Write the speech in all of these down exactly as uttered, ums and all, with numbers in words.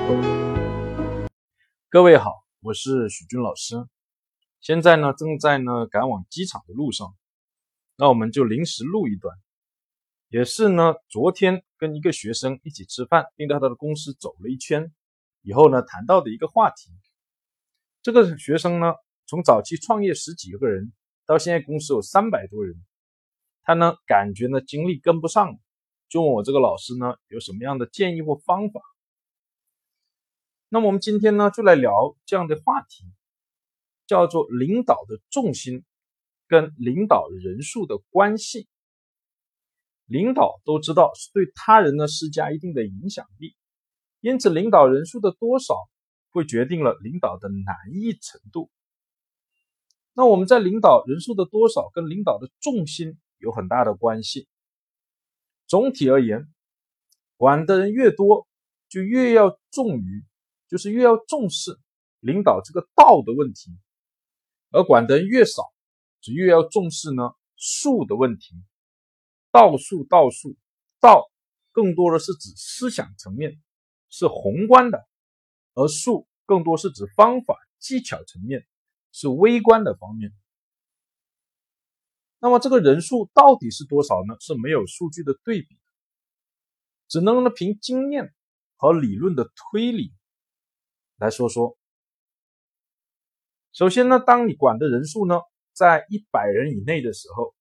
各位好，我是许军老师。现在呢，正在呢赶往机场的路上，那我们就临时录一段，也是呢昨天跟一个学生一起吃饭，并到他的公司走了一圈以后呢谈到的一个话题。这个学生呢，从早期创业十几个人，到现在公司有三百多人，他呢感觉呢精力跟不上，就问我这个老师呢有什么样的建议或方法。那么我们今天呢就来聊这样的话题，叫做领导的重心跟领导人数的关系。领导都知道是对他人呢施加一定的影响力，因此领导人数的多少会决定了领导的难易程度。那我们在领导人数的多少跟领导的重心有很大的关系。总体而言，管的人越多，就越要重于就是越要重视领导这个道的问题，而管的人越少，就越要重视呢术的问题。道术道术，道更多的是指思想层面，是宏观的，而术更多是指方法技巧层面，是微观的方面。那么这个人数到底是多少呢？是没有数据的对比的，只能呢凭经验和理论的推理来说说。首先呢，当你管的人数呢在一百人以内的时候，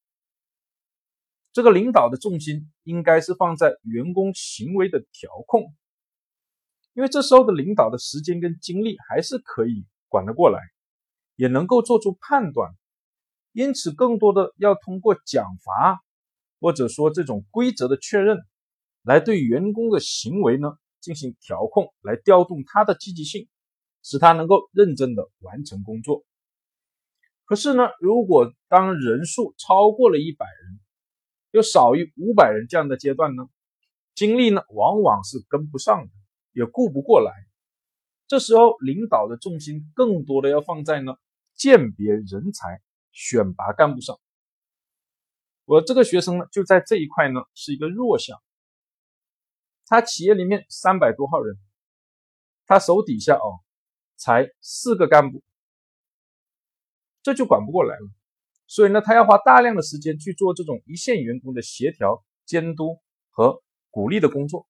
这个领导的重心应该是放在员工行为的调控，因为这时候的领导的时间跟精力还是可以管得过来，也能够做出判断，因此更多的要通过奖罚或者说这种规则的确认，来对员工的行为呢进行调控，来调动他的积极性，使他能够认真的完成工作。可是呢，如果当人数超过了一百人，又少于五百人这样的阶段呢，精力呢往往是跟不上的，也顾不过来。这时候领导的重心更多的要放在呢鉴别人才、选拔干部上。我这个学生呢就在这一块呢是一个弱项，他企业里面三百多号人，他手底下哦才四个干部，这就管不过来了。所以呢，他要花大量的时间去做这种一线员工的协调、监督和鼓励的工作。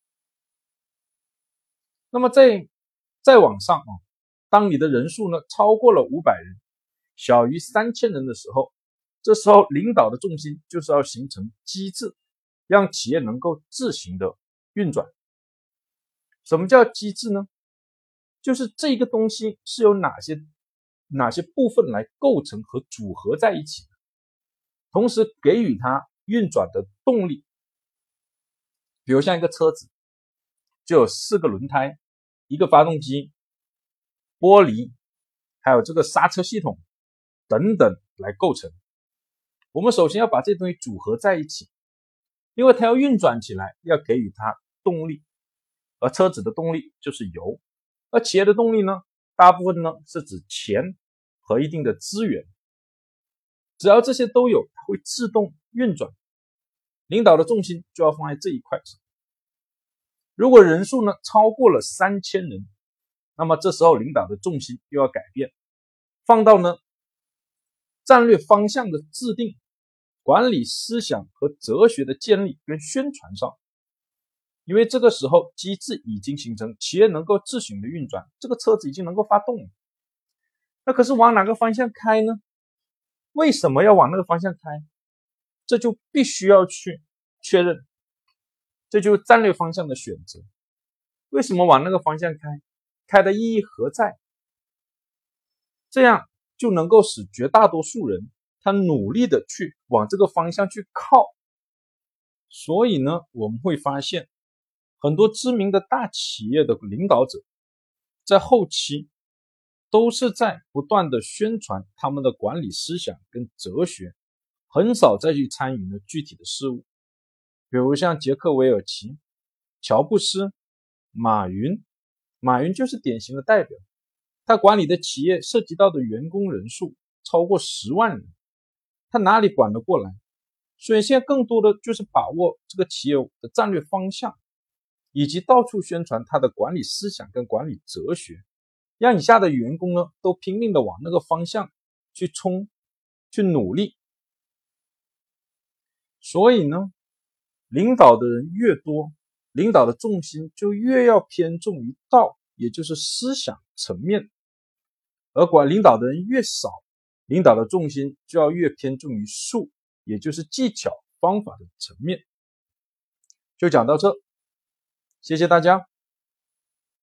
那么在再往上啊，当你的人数呢超过了五百人，小于三千人的时候，这时候领导的重心就是要形成机制，让企业能够自行的运转。什么叫机制呢？就是这个东西是由哪些哪些部分来构成和组合在一起的，同时给予它运转的动力。比如像一个车子就有四个轮胎，一个发动机、玻璃，还有这个刹车系统等等来构成。我们首先要把这些东西组合在一起，因为它要运转起来，要给予它动力，而车子的动力就是油，而企业的动力呢，大部分呢是指钱和一定的资源。只要这些都有，它会自动运转，领导的重心就要放在这一块上。如果人数呢超过了三千人，那么这时候领导的重心又要改变，放到呢战略方向的制定、管理思想和哲学的建立跟宣传上。因为这个时候机制已经形成，企业能够自行的运转，这个车子已经能够发动了。那可是往哪个方向开呢？为什么要往那个方向开？这就必须要去确认，这就是战略方向的选择。为什么往那个方向开？开的意义何在？这样就能够使绝大多数人他努力的去往这个方向去靠。所以呢，我们会发现很多知名的大企业的领导者在后期都是在不断的宣传他们的管理思想跟哲学，很少再去参与呢具体的事物。比如像杰克韦尔奇、乔布斯、马云，马云就是典型的代表。他管理的企业涉及到的员工人数超过十万人，他哪里管得过来？所以现在更多的就是把握这个企业的战略方向， 以及到处宣传他的管理思想跟管理哲学，让以下的员工呢都拼命的往那个方向去冲，去努力。所以呢，领导的人越多，领导的重心就越要偏重于道，也就是思想层面；而管领导的人越少，领导的重心就要越偏重于术，也就是技巧方法的层面。就讲到这，谢谢大家。